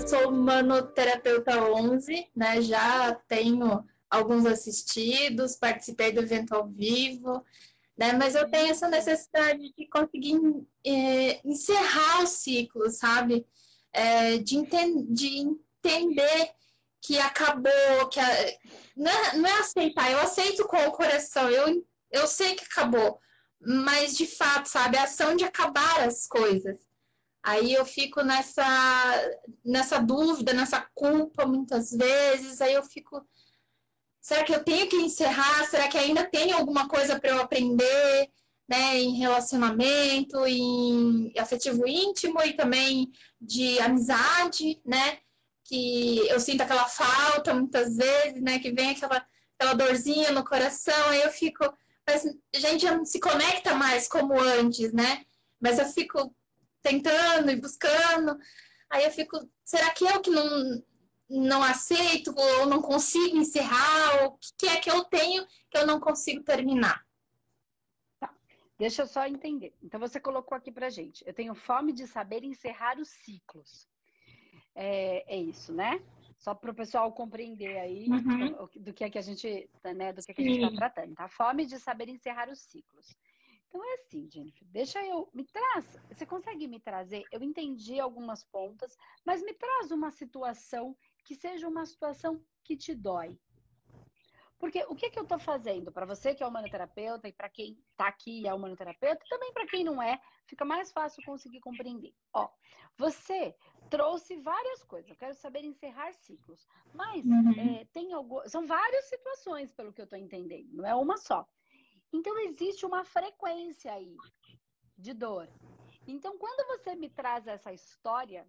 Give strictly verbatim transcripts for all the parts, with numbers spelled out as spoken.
eu sou humanoterapeuta onze, né? Já tenho alguns assistidos, participei do evento ao vivo, né? Mas eu tenho essa necessidade de conseguir é, encerrar o ciclo, sabe? É, de, enten de entender que acabou, que a... não, é, não é aceitar, eu aceito com o coração, eu, eu sei que acabou, mas de fato, sabe, a ação de acabar as coisas. Aí eu fico nessa, nessa dúvida, nessa culpa muitas vezes, aí eu fico, será que eu tenho que encerrar? Será que ainda tem alguma coisa para eu aprender, né, em relacionamento, em afetivo íntimo e também de amizade, né? Que eu sinto aquela falta muitas vezes, né? Que vem aquela, aquela dorzinha no coração, aí eu fico, mas a gente já não se conecta mais como antes, né? Mas eu fico tentando e buscando, aí eu fico, será que eu que não não aceito ou não consigo encerrar? O que é que eu tenho que eu não consigo terminar? Tá. Deixa eu só entender. Então você colocou aqui pra gente. Eu tenho fome de saber encerrar os ciclos. É, é isso, né? Só para o pessoal compreender aí Uhum. do que é que a gente, né, do que é que a gente está Sim. tratando, tá? Fome de saber encerrar os ciclos. Então é assim, Jennifer, deixa eu, me traz, você consegue me trazer, eu entendi algumas pontas, mas me traz uma situação que seja uma situação que te dói. Porque o que, que eu estou fazendo? Para você que é humanoterapeuta e para quem está aqui e é humanoterapeuta, também para quem não é, fica mais fácil conseguir compreender. Ó, você trouxe várias coisas. Eu quero saber encerrar ciclos. Mas Uhum. é, tem algo, são várias situações, pelo que eu estou entendendo. Não é uma só. Então existe uma frequência aí de dor. Então quando você me traz essa história,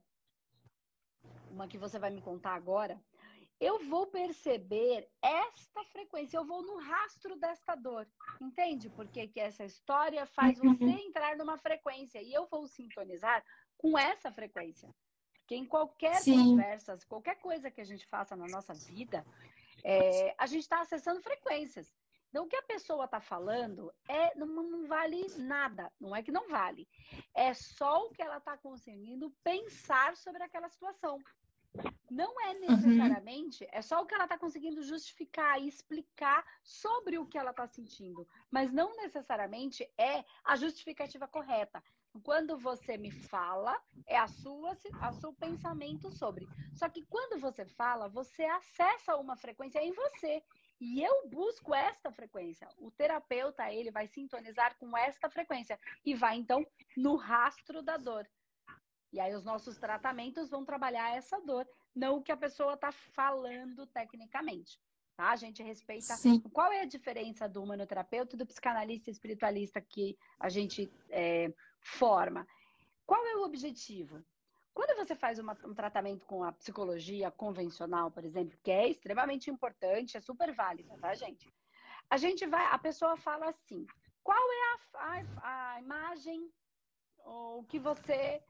uma que você vai me contar agora, eu vou perceber esta frequência, eu vou no rastro desta dor. Entende? Porque que essa história faz você Uhum. entrar numa frequência e eu vou sintonizar com essa frequência. Porque em qualquer Sim. conversa, qualquer coisa que a gente faça na nossa vida, é, a gente está acessando frequências. Então, o que a pessoa está falando é, não, não vale nada. Não é que não vale. É só o que ela está conseguindo pensar sobre aquela situação. Não é Uhum. necessariamente, é só o que ela está conseguindo justificar e explicar sobre o que ela está sentindo, mas não necessariamente é a justificativa correta. Quando você me fala, é a sua, a seu pensamento sobre. Só que quando você fala, você acessa uma frequência em você. E eu busco esta frequência. O terapeuta, ele vai sintonizar com esta frequência e vai, então, no rastro da dor. E aí os nossos tratamentos vão trabalhar essa dor, não o que a pessoa está falando tecnicamente. Tá? A gente respeita. Sim. Qual é a diferença do humanoterapeuta e do psicanalista espiritualista que a gente é, forma? Qual é o objetivo? Quando você faz uma, um tratamento com a psicologia convencional, por exemplo, que é extremamente importante, é super válida, tá, gente? A gente vai, a pessoa fala assim: qual é a, a, a imagem ou que você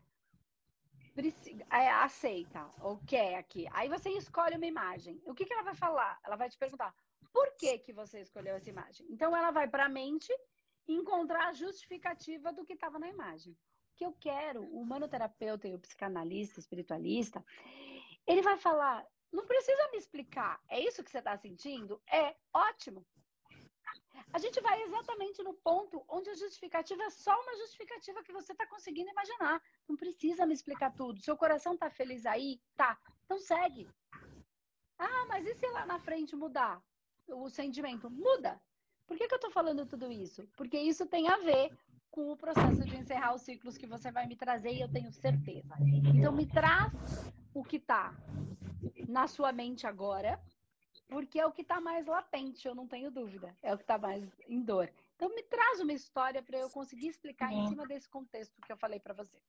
aceita ou quer aqui. Aí você escolhe uma imagem. O que, que ela vai falar? Ela vai te perguntar por que, que você escolheu essa imagem. Então ela vai para a mente encontrar a justificativa do que estava na imagem. O que eu quero, o humanoterapeuta e o psicanalista, espiritualista, ele vai falar, não precisa me explicar, é isso que você está sentindo? É ótimo. A gente vai exatamente no ponto onde a justificativa é só uma justificativa que você está conseguindo imaginar. Não precisa me explicar tudo. Seu coração está feliz aí? Tá. Então segue. Ah, mas e se lá na frente mudar o sentimento? Muda. Por que, que eu estou falando tudo isso? Porque isso tem a ver com o processo de encerrar os ciclos que você vai me trazer e eu tenho certeza. Então me traz o que está na sua mente agora, porque é o que está mais latente, eu não tenho dúvida. É o que está mais em dor. Então, me traz uma história para eu conseguir explicar em cima desse contexto que eu falei para você.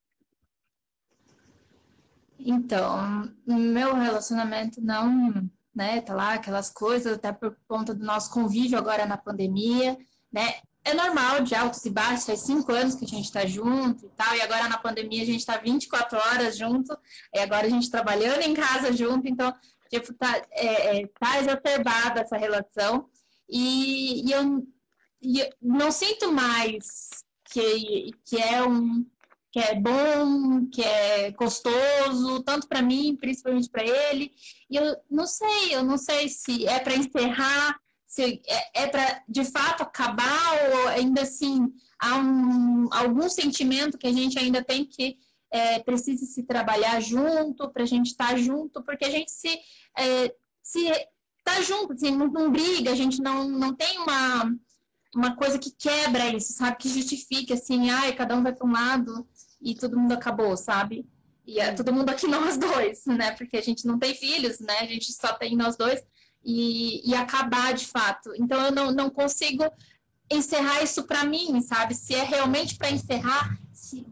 Então, no meu relacionamento não, né, tá lá aquelas coisas, até por conta do nosso convívio agora na pandemia, né, é normal de altos e baixos, faz cinco anos que a gente tá junto e tal, e agora na pandemia a gente tá vinte e quatro horas junto, e agora a gente trabalhando em casa junto, então, tipo, tá, é, é, tá exacerbada essa relação, e, e, eu, e eu não sinto mais que, que é um que é bom, que é gostoso, tanto para mim, principalmente para ele. E eu não sei, eu não sei se é para encerrar, se é, é para de fato acabar ou ainda assim há um, algum sentimento que a gente ainda tem que é, precisa se trabalhar junto, para a gente estar junto, porque a gente se, é, se tá junto, assim, não, não briga, a gente não, não tem uma, uma coisa que quebra isso, sabe? Que justifique, assim, ai, cada um vai para um lado e todo mundo acabou, sabe? E é todo mundo aqui nós dois, né? Porque a gente não tem filhos, né? A gente só tem nós dois e, e acabar de fato. Então eu não, não consigo encerrar isso para mim, sabe? Se é realmente para encerrar, se,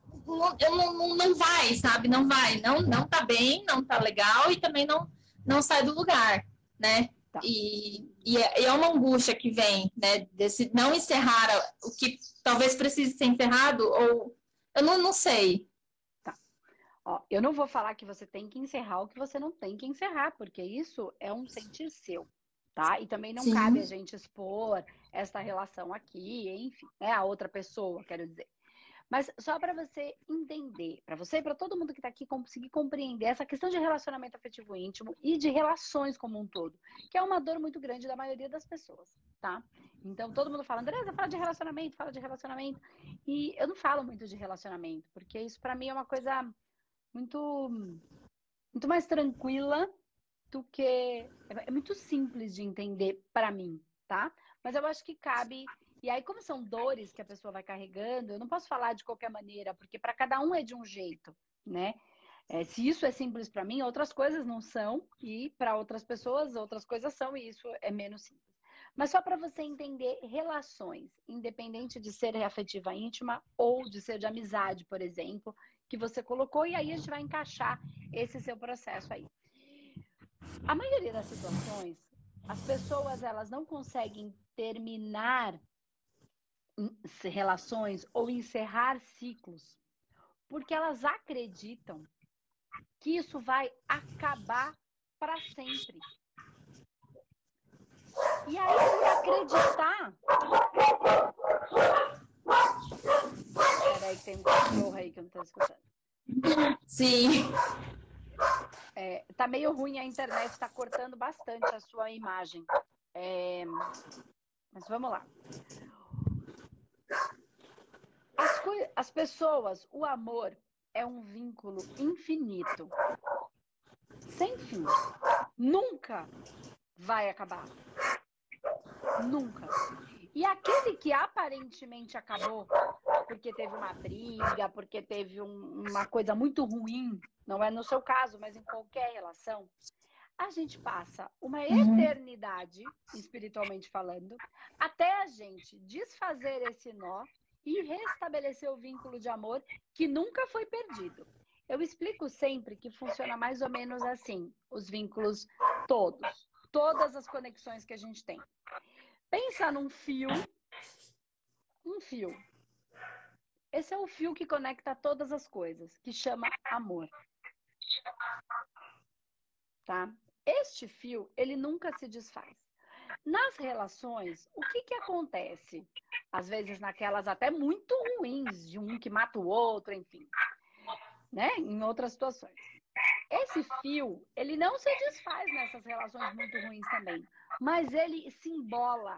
eu não, não, não vai, sabe? Não vai, não, não tá bem, não tá legal e também não, não sai do lugar, né? Tá. E, e, é, e é uma angústia que vem, né? Desse não encerrar o que talvez precise ser encerrado, ou eu não, não sei. Tá. Ó, eu não vou falar que você tem que encerrar o que você não tem que encerrar, porque isso é um sentir seu, tá? E também não Sim. cabe a gente expor esta relação aqui, enfim, né? A outra pessoa, quero dizer. Mas só para você entender, para você e para todo mundo que está aqui conseguir compreender essa questão de relacionamento afetivo íntimo e de relações como um todo, que é uma dor muito grande da maioria das pessoas, tá? Então todo mundo fala, Andresa, fala de relacionamento, fala de relacionamento. E eu não falo muito de relacionamento, porque isso para mim é uma coisa muito, muito mais tranquila do que... É muito simples de entender para mim, tá? Mas eu acho que cabe... E aí, como são dores que a pessoa vai carregando, eu não posso falar de qualquer maneira, porque para cada um é de um jeito, né? É, se isso é simples para mim, outras coisas não são, e para outras pessoas, outras coisas são, e isso é menos simples. Mas só para você entender relações, independente de ser afetiva íntima ou de ser de amizade, por exemplo, que você colocou, e aí a gente vai encaixar esse seu processo aí. A maioria das situações, as pessoas elas não conseguem terminar relações ou encerrar ciclos, porque elas acreditam que isso vai acabar para sempre. E aí, por acreditar... Peraí que tem um cachorro aí que eu não tô escutando. Sim. É, tá meio ruim a internet, tá cortando bastante a sua imagem. É, mas vamos lá. As, as pessoas, o amor é um vínculo infinito, sem fim. Nunca vai acabar. Nunca. E aquele que aparentemente acabou, porque teve uma briga, porque teve um, uma coisa muito ruim, não é no seu caso, mas em qualquer relação, a gente passa uma Uhum. eternidade, espiritualmente falando, até a gente desfazer esse nó e restabelecer o vínculo de amor que nunca foi perdido. Eu explico sempre que funciona mais ou menos assim, os vínculos todos, todas as conexões que a gente tem. Pensa num fio, um fio. Esse é o fio que conecta todas as coisas, que chama amor. Tá? Este fio, ele nunca se desfaz. Nas relações, o que que acontece? Às vezes naquelas até muito ruins, de um que mata o outro, enfim. Né? Em outras situações. Esse fio, ele não se desfaz nessas relações muito ruins também, mas ele se embola.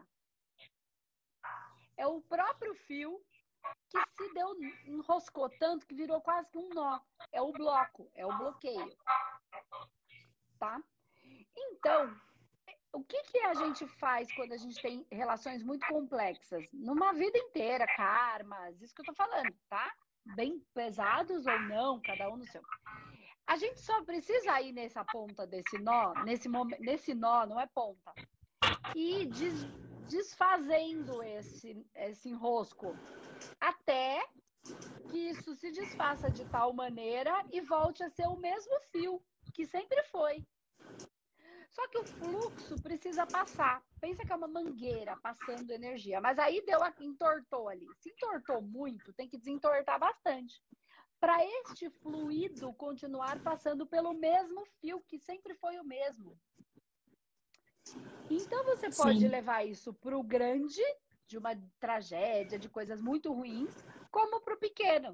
É o próprio fio que se deu, enroscou tanto que virou quase que um nó. É o bloco, é o bloqueio. Tá? Então, o que que a gente faz quando a gente tem relações muito complexas? Numa vida inteira, karmas, isso que eu tô falando, tá? Bem pesados ou não, cada um no seu. A gente só precisa ir nessa ponta desse nó, nesse, nesse nó, não é ponta, e des, desfazendo esse, esse enrosco até que isso se desfaça de tal maneira e volte a ser o mesmo fio que sempre foi. Só que o fluxo precisa passar. Pensa que é uma mangueira passando energia, mas aí deu, entortou ali. Se entortou muito, tem que desentortar bastante. Para este fluido continuar passando pelo mesmo fio, que sempre foi o mesmo. Então, você pode Sim. levar isso para o grande, de uma tragédia, de coisas muito ruins, como para o pequeno.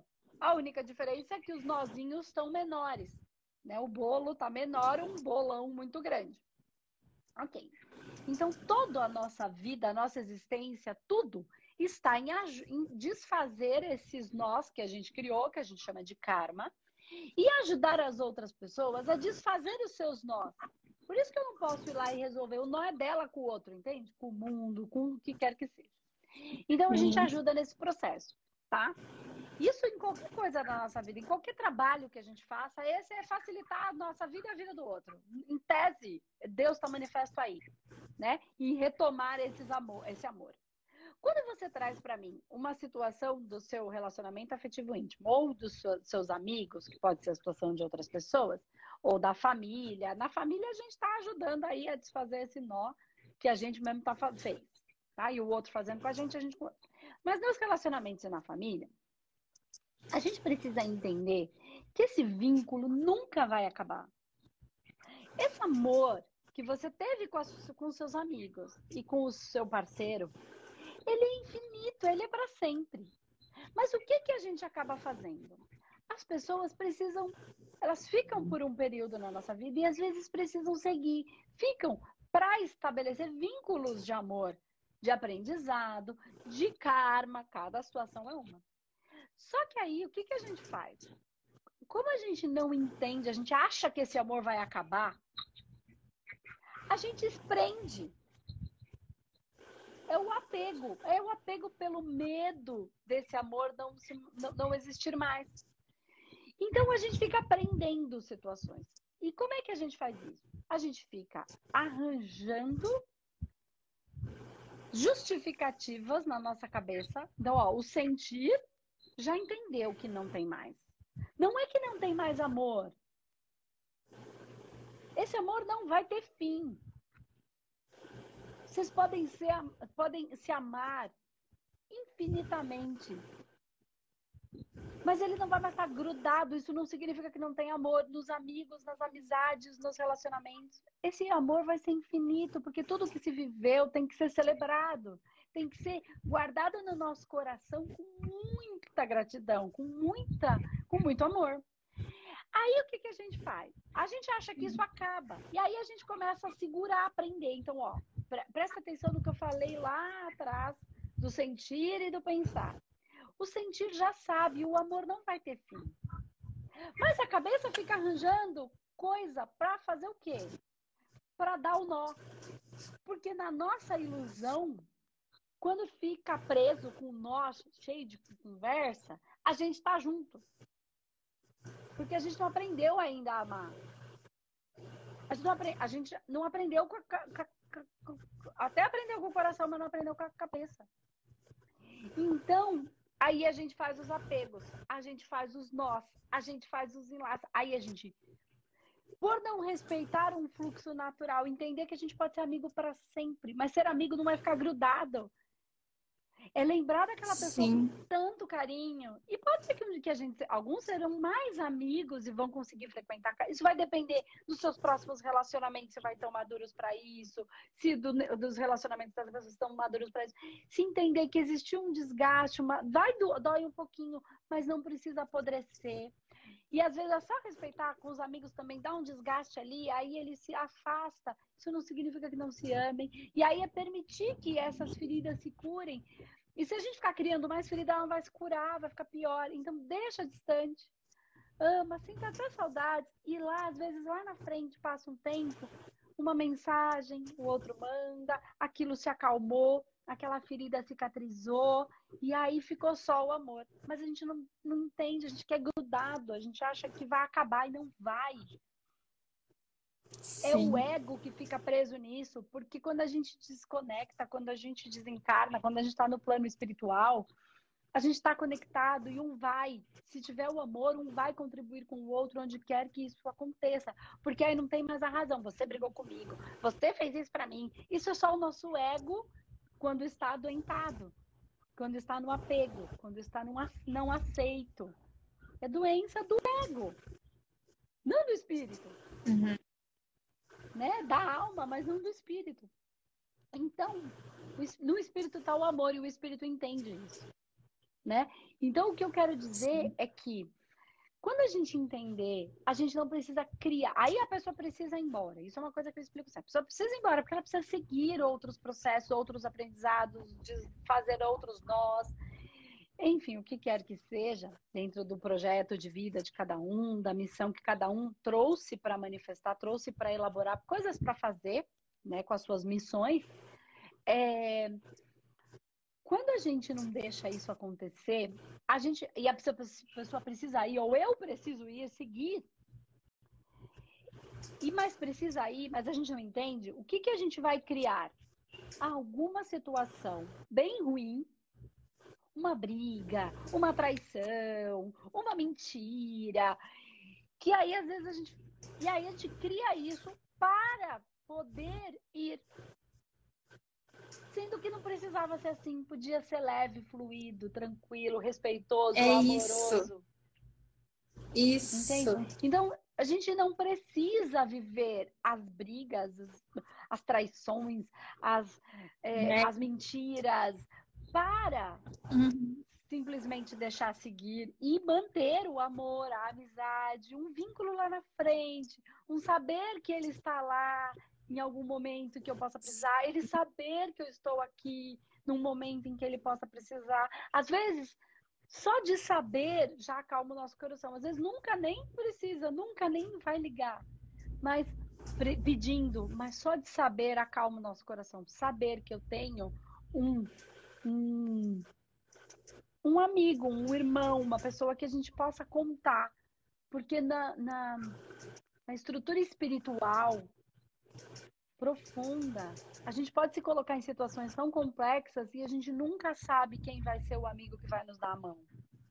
A única diferença é que os nozinhos estão menores, né? O bolo está menor, um bolão muito grande. Ok. Então, toda a nossa vida, a nossa existência, tudo está em, em desfazer esses nós que a gente criou, que a gente chama de karma, e ajudar as outras pessoas a desfazer os seus nós. Por isso que eu não posso ir lá e resolver. O nó é dela com o outro, entende? Com o mundo, com o que quer que seja. Então, a gente ajuda nesse processo, tá? Isso em qualquer coisa da nossa vida, em qualquer trabalho que a gente faça, esse é facilitar a nossa vida e a vida do outro. Em tese, Deus está manifesto aí, né? E retomar esses amor, esse amor. Quando você traz para mim uma situação do seu relacionamento afetivo íntimo, ou dos seus amigos, que pode ser a situação de outras pessoas, ou da família, na família a gente está ajudando aí a desfazer esse nó que a gente mesmo tá fez, tá? E o outro fazendo com a gente, a gente com o outro. Mas nos relacionamentos e na família, a gente precisa entender que esse vínculo nunca vai acabar. Esse amor que você teve com, as, com seus amigos e com o seu parceiro, ele é infinito, ele é para sempre. Mas o que, que a gente acaba fazendo? As pessoas precisam, elas ficam por um período na nossa vida e às vezes precisam seguir, ficam para estabelecer vínculos de amor, de aprendizado, de karma, cada situação é uma. Só que aí, o que, que a gente faz? Como a gente não entende, a gente acha que esse amor vai acabar, a gente prende. É o apego. É o apego pelo medo desse amor não, se, não, não existir mais. Então, a gente fica aprendendo situações. E como é que a gente faz isso? A gente fica arranjando justificativas na nossa cabeça. Então, ó, o sentir já entendeu que não tem mais. Não é que não tem mais amor. Esse amor não vai ter fim. Vocês podem, ser, podem se amar infinitamente. Mas ele não vai mais estar grudado. Isso não significa que não tem amor nos amigos, nas amizades, nos relacionamentos. Esse amor vai ser infinito, porque tudo que se viveu tem que ser celebrado. Tem que ser guardado no nosso coração com muita gratidão, com, muita, com muito amor. Aí o que, que a gente faz? A gente acha que isso acaba. E aí a gente começa a segurar, a aprender. Então, ó, pre presta atenção no que eu falei lá atrás, do sentir e do pensar. O sentir já sabe, o amor não vai ter fim. Mas a cabeça fica arranjando coisa para fazer o quê? Para dar o nó. Porque na nossa ilusão, quando fica preso com o nó cheio de conversa, a gente está junto. Porque a gente não aprendeu ainda a amar. A gente não, apre... a gente não aprendeu com a... Até aprendeu com o coração, mas não aprendeu com a cabeça. Então, aí a gente faz os apegos, a gente faz os nós, a gente faz os enlaces. Aí a gente, por não respeitar um fluxo natural, entender que a gente pode ser amigo para sempre, mas ser amigo não é ficar grudado. É lembrar daquela pessoa Sim. com tanto carinho. E pode ser que a gente, alguns serão mais amigos e vão conseguir frequentar. Isso vai depender dos seus próximos relacionamentos, se vai estar maduros para isso, se do, dos relacionamentos das pessoas estão maduros para isso. Se entender que existe um desgaste, uma, vai do, dói um pouquinho, mas não precisa apodrecer. E às vezes é só respeitar com os amigos também, dá um desgaste ali, aí ele se afasta. Isso não significa que não se amem. E aí é permitir que essas feridas se curem. E se a gente ficar criando mais ferida, ela não vai se curar, vai ficar pior. Então deixa distante. Ama, sinta até saudades. E lá, às vezes, lá na frente, passa um tempo, uma mensagem, o outro manda, aquilo se acalmou, aquela ferida cicatrizou, e aí ficou só o amor. Mas a gente não, não entende, a gente quer grudado, a gente acha que vai acabar e não vai. Sim. É o ego que fica preso nisso, porque quando a gente desconecta, quando a gente desencarna, quando a gente está no plano espiritual, a gente está conectado e um vai. Se tiver o amor, um vai contribuir com o outro onde quer que isso aconteça. Porque aí não tem mais a razão. Você brigou comigo, você fez isso para mim. Isso é só o nosso ego quando está adoentado, quando está no apego, quando está no não aceito. É doença do ego, não do espírito. Uhum. Né? Da alma, mas não do espírito. Então, no espírito está o amor e o espírito entende isso. né? Então, o que eu quero dizer Sim. é que quando a gente entender, a gente não precisa criar. Aí a pessoa precisa ir embora. Isso é uma coisa que eu explico sempre. A pessoa precisa ir embora porque ela precisa seguir outros processos, outros aprendizados, fazer outros nós. Enfim, o que quer que seja, dentro do projeto de vida de cada um, da missão que cada um trouxe para manifestar, trouxe para elaborar coisas para fazer, né, com as suas missões. É... Quando a gente não deixa isso acontecer, a gente e a pessoa, a pessoa precisa ir, ou eu preciso ir, seguir, e mais precisa ir, mas a gente não entende, o que, que a gente vai criar? Alguma situação bem ruim, uma briga, uma traição, uma mentira, que aí às vezes a gente, e aí a gente cria isso para poder ir. Sendo que não precisava ser assim, podia ser leve, fluido, tranquilo, respeitoso, é amoroso. Isso. Isso. Entende? Então, a gente não precisa viver as brigas, as, as traições, as, é, né? as mentiras, para uhum. simplesmente deixar seguir e manter o amor, a amizade, um vínculo lá na frente, um saber que ele está lá em algum momento que eu possa precisar, ele saber que eu estou aqui num momento em que ele possa precisar. Às vezes, só de saber já acalma o nosso coração. Às vezes nunca nem precisa, nunca nem vai ligar, mas pedindo, mas só de saber acalma o nosso coração. Saber que eu tenho um, um, um amigo, um irmão, uma pessoa que a gente possa contar. Porque na, na, na estrutura espiritual profunda, a gente pode se colocar em situações tão complexas e a gente nunca sabe quem vai ser o amigo que vai nos dar a mão.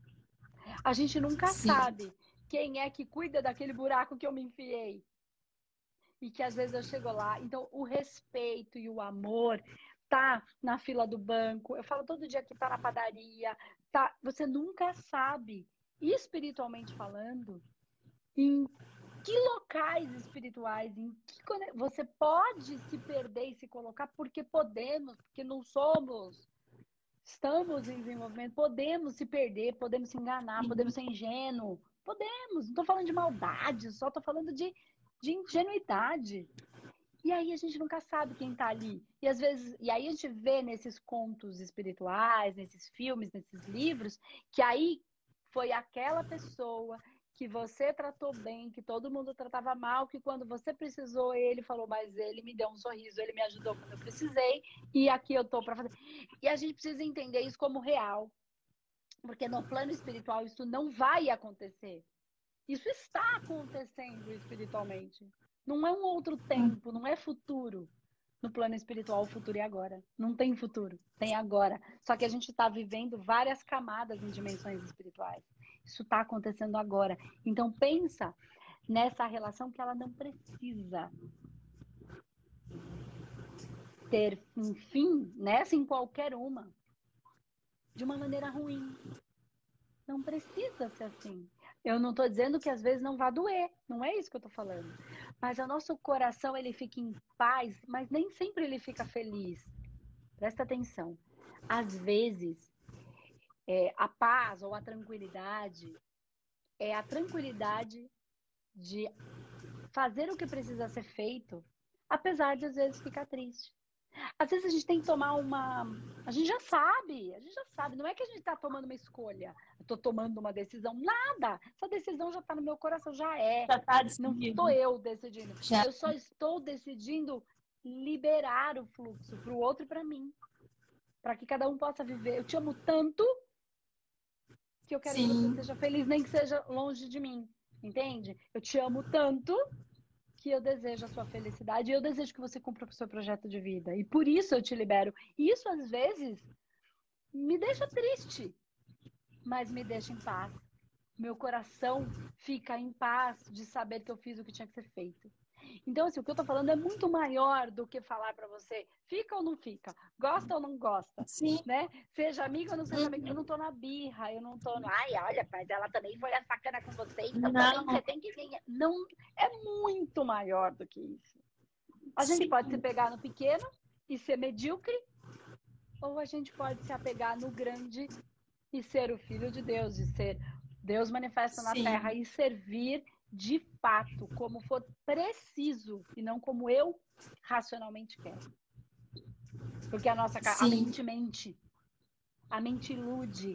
A gente nunca Sim. sabe quem é que cuida daquele buraco que eu me enfiei. E que às vezes eu chego lá. Então, o respeito e o amor tá na fila do banco. Eu falo todo dia que tá na padaria. Tá? Você nunca sabe, espiritualmente falando, em que locais espirituais, em que você pode se perder e se colocar porque podemos, porque não somos. Estamos em desenvolvimento, podemos se perder, podemos se enganar, podemos ser ingênuos, podemos, não estou falando de maldade, só estou falando de, de ingenuidade. E aí a gente nunca sabe quem está ali. E às vezes, e aí a gente vê nesses contos espirituais, nesses filmes, nesses livros, que aí foi aquela pessoa que você tratou bem, que todo mundo tratava mal, que quando você precisou, ele falou, mas ele me deu um sorriso, ele me ajudou quando eu precisei, e aqui eu tô para fazer. E a gente precisa entender isso como real, porque no plano espiritual isso não vai acontecer. Isso está acontecendo espiritualmente. Não é um outro tempo, não é futuro. No plano espiritual, o futuro é agora. Não tem futuro, tem agora. Só que a gente está vivendo várias camadas em dimensões espirituais. Isso está acontecendo agora. Então, pensa nessa relação que ela não precisa ter um fim, nessa em qualquer uma, de uma maneira ruim. Não precisa ser assim. Eu não estou dizendo que às vezes não vai doer. Não é isso que eu estou falando. Mas o nosso coração, ele fica em paz, mas nem sempre ele fica feliz. Presta atenção. Às vezes, é, a paz ou a tranquilidade é a tranquilidade de fazer o que precisa ser feito, apesar de às vezes ficar triste. Às vezes a gente tem que tomar uma... A gente já sabe, a gente já sabe. Não é que a gente está tomando uma escolha. Eu estou tomando uma decisão. Nada. Essa decisão já está no meu coração, já é. Já tá não estou eu decidindo. Já. Eu só estou decidindo liberar o fluxo para o outro e para mim. Para que cada um possa viver. Eu te amo tanto que eu quero Sim. que você seja feliz, nem que seja longe de mim. Entende? Eu te amo tanto que eu desejo a sua felicidade e eu desejo que você cumpra o seu projeto de vida. E por isso eu te libero. E isso, às vezes, me deixa triste, mas me deixa em paz. Meu coração fica em paz de saber que eu fiz o que tinha que ser feito. Então, assim, o que eu tô falando é muito maior do que falar pra você fica ou não fica, gosta ou não gosta, Sim. né? Seja amiga ou não seja amiga. Eu não tô na birra, eu não tô no... Ai, olha, mas ela também foi a sacana com você, então não. também você tem que vir. Não, é muito maior do que isso. A gente Sim. pode se pegar no pequeno e ser medíocre, ou a gente pode se apegar no grande e ser o filho de Deus, e ser Deus manifesta na Sim. terra e servir de fato, como for preciso, e não como eu racionalmente quero. Porque a nossa a mente mente, a mente ilude.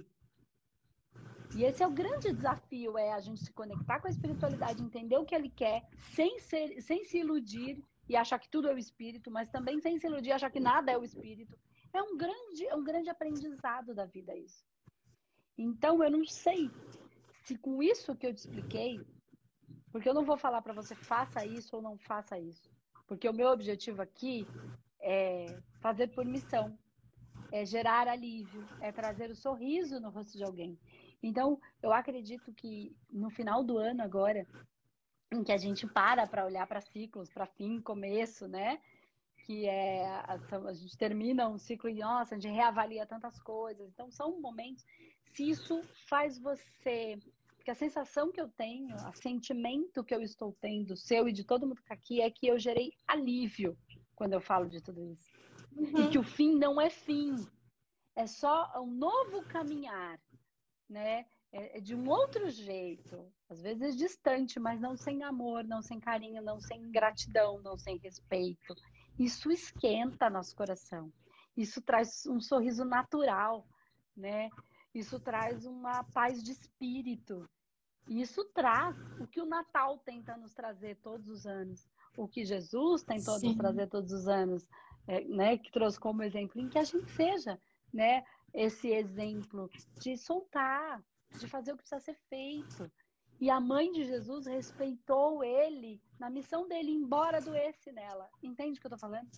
E esse é o grande desafio, é a gente se conectar com a espiritualidade, entender o que ele quer, sem, ser, sem se iludir e achar que tudo é o espírito, mas também sem se iludir e achar que nada é o espírito. É um grande, é um grande aprendizado da vida isso. Então, eu não sei se com isso que eu te expliquei, porque eu não vou falar para você faça isso ou não faça isso. Porque o meu objetivo aqui é fazer por missão, é gerar alívio, é trazer o sorriso no rosto de alguém. Então, eu acredito que no final do ano agora, em que a gente para para olhar para ciclos, para fim, começo, né? Que é a, a gente termina um ciclo e, nossa, a gente reavalia tantas coisas. Então, são momentos. Se isso faz você. Porque a sensação que eu tenho, o sentimento que eu estou tendo, seu e de todo mundo que está aqui, é que eu gerei alívio quando eu falo de tudo isso. Uhum. E que o fim não é fim. É só um novo caminhar, né? É de um outro jeito, às vezes distante, mas não sem amor, não sem carinho, não sem gratidão, não sem respeito. Isso esquenta nosso coração. Isso traz um sorriso natural, né? Isso traz uma paz de espírito. Isso traz o que o Natal tenta nos trazer todos os anos, o que Jesus tentou Sim. nos trazer todos os anos, é, né? Que trouxe como exemplo, em que a gente seja, né? Esse exemplo de soltar, de fazer o que precisa ser feito. E a mãe de Jesus respeitou ele na missão dele, embora doesse nela. Entende o que eu tô falando?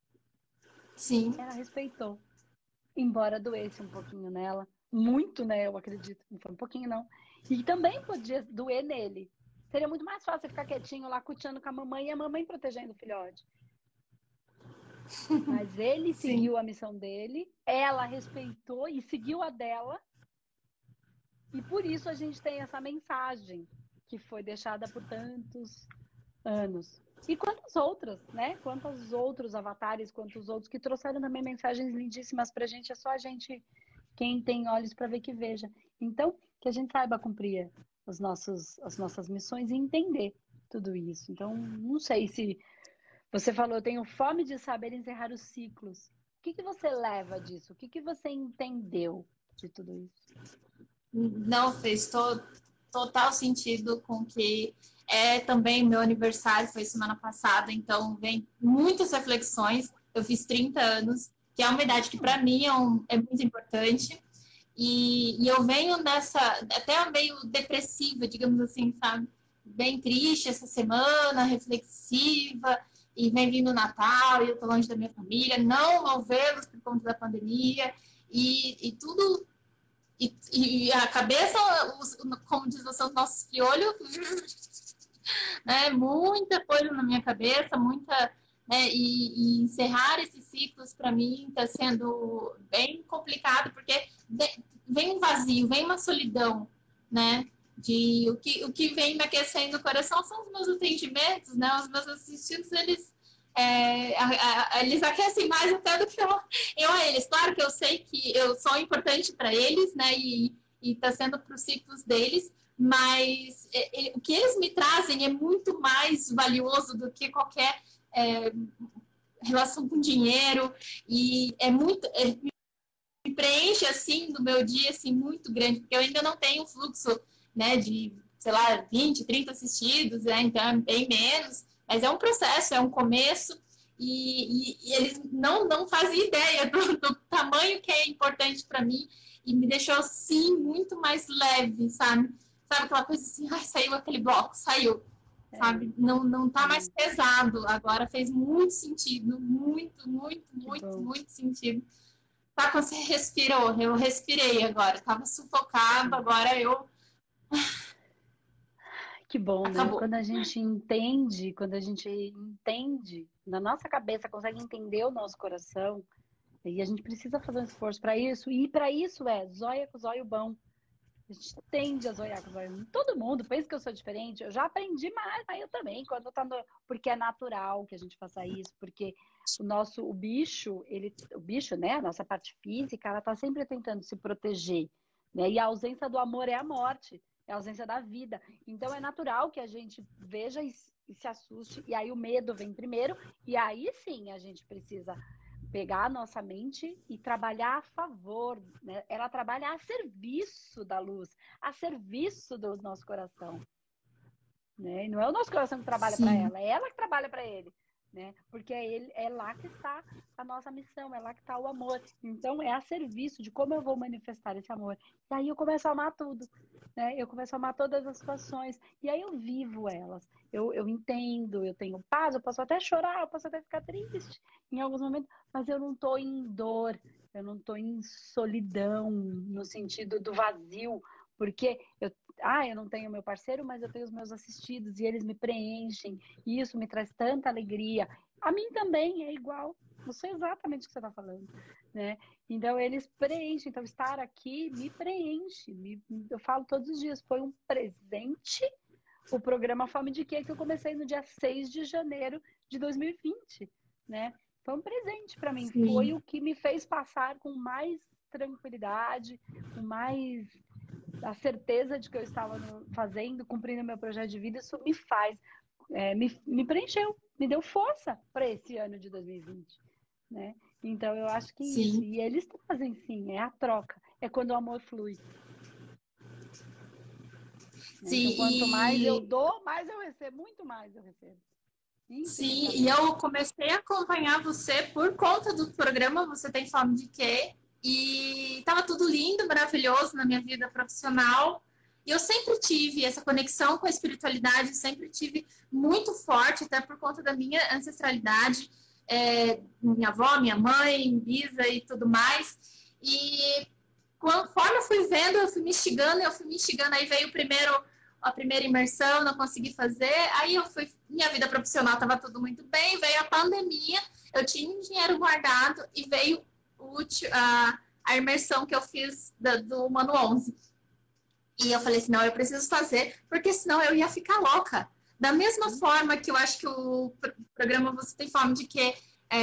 Sim. Ela respeitou, embora doesse um pouquinho nela. Muito, né? Eu acredito. Não foi um pouquinho, não. E também podia doer nele. Seria muito mais fácil ficar quietinho lá, cuteando com a mamãe e a mamãe protegendo o filhote. Mas ele seguiu a missão dele, ela respeitou e seguiu a dela. E por isso a gente tem essa mensagem que foi deixada por tantos anos. E quantas outras, né? Quantos outros avatares, quantos outros que trouxeram também mensagens lindíssimas pra gente. É só a gente, quem tem olhos para ver que veja. Então, que a gente saiba cumprir os nossos, as nossas missões e entender tudo isso. Então, não sei se você falou, eu tenho fome de saber encerrar os ciclos. O que, que você leva disso? O que, que você entendeu de tudo isso? Não, fez to total sentido com que é também meu aniversário, foi semana passada, então vem muitas reflexões. Eu fiz trinta anos, que é uma idade que para mim é, um, é muito importante. E, e eu venho nessa, até meio depressiva, digamos assim, sabe? Bem triste essa semana, reflexiva, e vem vindo o Natal, e eu tô longe da minha família, não vou vê-los por conta da pandemia, e, e tudo. E, e a cabeça, os, como diz você, os nossos piolhos, né? Muita coisa na minha cabeça, muita. Né? E, e encerrar esses ciclos, para mim, está sendo bem complicado, porque vem um vazio, vem uma solidão, né? De o que, o que vem me aquecendo o coração são os meus atendimentos, né? Os meus assistidos, eles. É, a, a, eles aquecem mais até do que eu, eu a eles. Claro que eu sei que eu sou importante para eles, né? E está sendo para os ciclos deles, mas é, é, o que eles me trazem é muito mais valioso do que qualquer é, relação com dinheiro, e é muito. É, me preenche assim no meu dia assim muito grande, porque eu ainda não tenho fluxo, né, de, sei lá, vinte, trinta assistidos, né? Então é bem menos. Mas é um processo, é um começo, e, e, e eles não, não fazem ideia do, do tamanho que é importante para mim, e me deixou, assim, muito mais leve, sabe? Sabe aquela coisa assim, ai, saiu aquele bloco, saiu, é. Sabe? Não, não tá mais pesado, agora fez muito sentido, muito, muito, muito, muito sentido. Tá, quando você respirou, eu respirei agora, tava sufocado, agora eu... Que bom, Acabou. Né? Quando a gente entende, quando a gente entende, na nossa cabeça, consegue entender o nosso coração, e a gente precisa fazer um esforço para isso, e para isso é zóia com zóio bom. A gente tende a zoiar com o zóio. Todo mundo pensa que eu sou diferente, eu já aprendi mais, mas eu também, quando tá no... porque é natural que a gente faça isso, porque o nosso, o bicho, ele, o bicho, né, a nossa parte física, ela tá sempre tentando se proteger, né? E a ausência do amor é a morte, é a ausência da vida. Então é natural que a gente veja e, e se assuste, e aí o medo vem primeiro, e aí sim a gente precisa pegar a nossa mente e trabalhar a favor, né? Ela trabalha a serviço da luz, a serviço do nosso coração, né? E não é o nosso coração que trabalha para Sim. ela, é ela que trabalha para ele, né? Porque é, ele, é lá que está a nossa missão, é lá que está o amor. Então é a serviço de como eu vou manifestar esse amor. E aí eu começo a amar tudo, né? Eu começo a amar todas as situações. E aí eu vivo elas. Eu, eu entendo, eu tenho paz, eu posso até chorar, eu posso até ficar triste em alguns momentos, mas eu não estou em dor, eu não estou em solidão, no sentido do vazio, porque eu, ah, eu não tenho meu parceiro, mas eu tenho os meus assistidos e eles me preenchem, e isso me traz tanta alegria. A mim também é igual, não sei exatamente o que você está falando, né? Então eles preenchem, então estar aqui me preenche, me, eu falo todos os dias, foi um presente o programa Fome de Quê que eu comecei no dia seis de janeiro de dois mil e vinte, né? Foi um presente para mim, Sim. foi o que me fez passar com mais tranquilidade, com mais a certeza de que eu estava no, fazendo, cumprindo meu projeto de vida. Isso me faz, é, me, me preencheu, me deu força para esse ano de dois mil e vinte, né? Então eu acho que isso, Sim. e eles trazem sim, é a troca, é quando o amor flui. Né? Sim, Então quanto mais eu e dou, mais eu recebo, muito mais eu recebo. sim, e Infinitamente. eu comecei a acompanhar você por conta do programa Você Tem Fome de Quê? E estava tudo lindo, maravilhoso na minha vida profissional. E eu sempre tive essa conexão com a espiritualidade, sempre tive muito forte, até por conta da minha ancestralidade, é, minha avó, minha mãe, bisa e tudo mais. E conforme eu fui vendo, eu fui me instigando, eu fui me instigando, aí veio o primeiro a primeira imersão, não consegui fazer. Aí eu fui, minha vida profissional estava tudo muito bem, veio a pandemia, eu tinha um dinheiro guardado e veio o, a, a imersão que eu fiz do, do Mano onze. E eu falei assim, não, eu preciso fazer, porque senão eu ia ficar louca. Da mesma forma que eu acho que o programa Você Tem Fome de Quê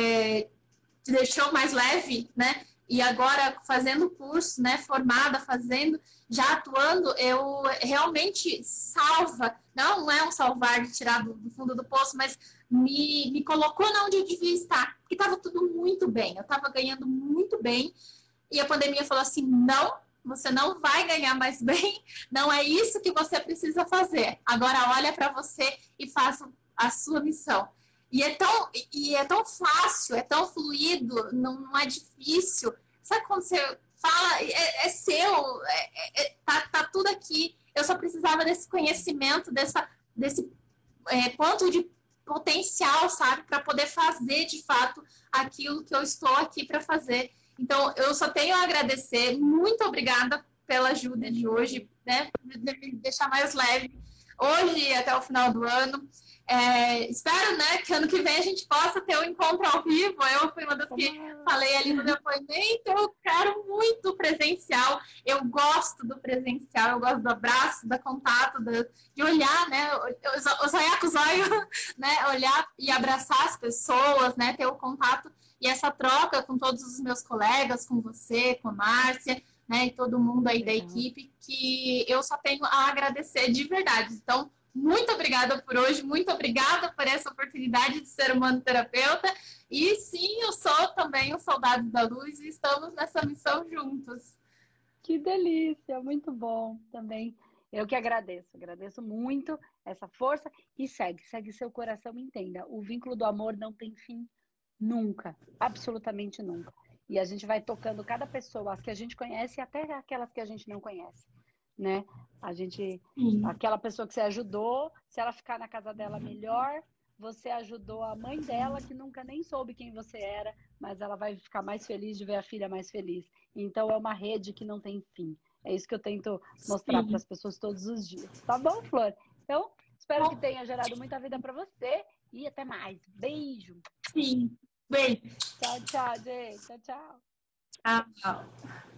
é, te deixou mais leve, né? E agora fazendo o curso, né, formada, fazendo, já atuando, eu realmente salva, não é um salvar de tirar do, do fundo do poço, mas me, me colocou onde eu devia estar, porque estava tudo muito bem, eu estava ganhando muito bem, e a pandemia falou assim, não, você não vai ganhar mais bem, não é isso que você precisa fazer, agora olha para você e faça a sua missão. E é tão, e é tão fácil, é tão fluido, não, não é difícil. Sabe quando você fala, é, é seu, é, é, tá, tá tudo aqui. Eu só precisava desse conhecimento, dessa, desse é, ponto de potencial, sabe? Para poder fazer, de fato, aquilo que eu estou aqui para fazer. Então, eu só tenho a agradecer. Muito obrigada pela ajuda de hoje, né? De me deixar mais leve. Hoje e até o final do ano. É, espero, né, que ano que vem a gente possa ter um encontro ao vivo. Eu fui uma das que falei ali no depoimento. Eu quero muito presencial. Eu gosto do presencial. Eu gosto do abraço, do contato, do, de olhar, né, os olhar com os olhos, né, olhar e abraçar as pessoas, né, ter o contato e essa troca com todos os meus colegas, com você, com a Márcia, né, e todo mundo aí da equipe, que eu só tenho a agradecer de verdade. Então, muito obrigada por hoje, muito obrigada por essa oportunidade de ser humano terapeuta. E sim, eu sou também um soldado da luz e estamos nessa missão juntos. Que delícia, muito bom também. Eu que agradeço, agradeço muito essa força e segue, segue seu coração, entenda. O vínculo do amor não tem fim nunca, absolutamente nunca. E a gente vai tocando cada pessoa, as que a gente conhece e até aquelas que a gente não conhece, né? A gente, Sim. aquela pessoa que você ajudou, se ela ficar na casa dela melhor, você ajudou a mãe dela que nunca nem soube quem você era, mas ela vai ficar mais feliz de ver a filha mais feliz. Então é uma rede que não tem fim. É isso que eu tento mostrar para as pessoas todos os dias. Tá bom, Flor? Então, espero que tenha gerado muita vida para você e até mais. Beijo. Sim. Beijo. Tchau, tchau, gente. Tchau, tchau. Tchau.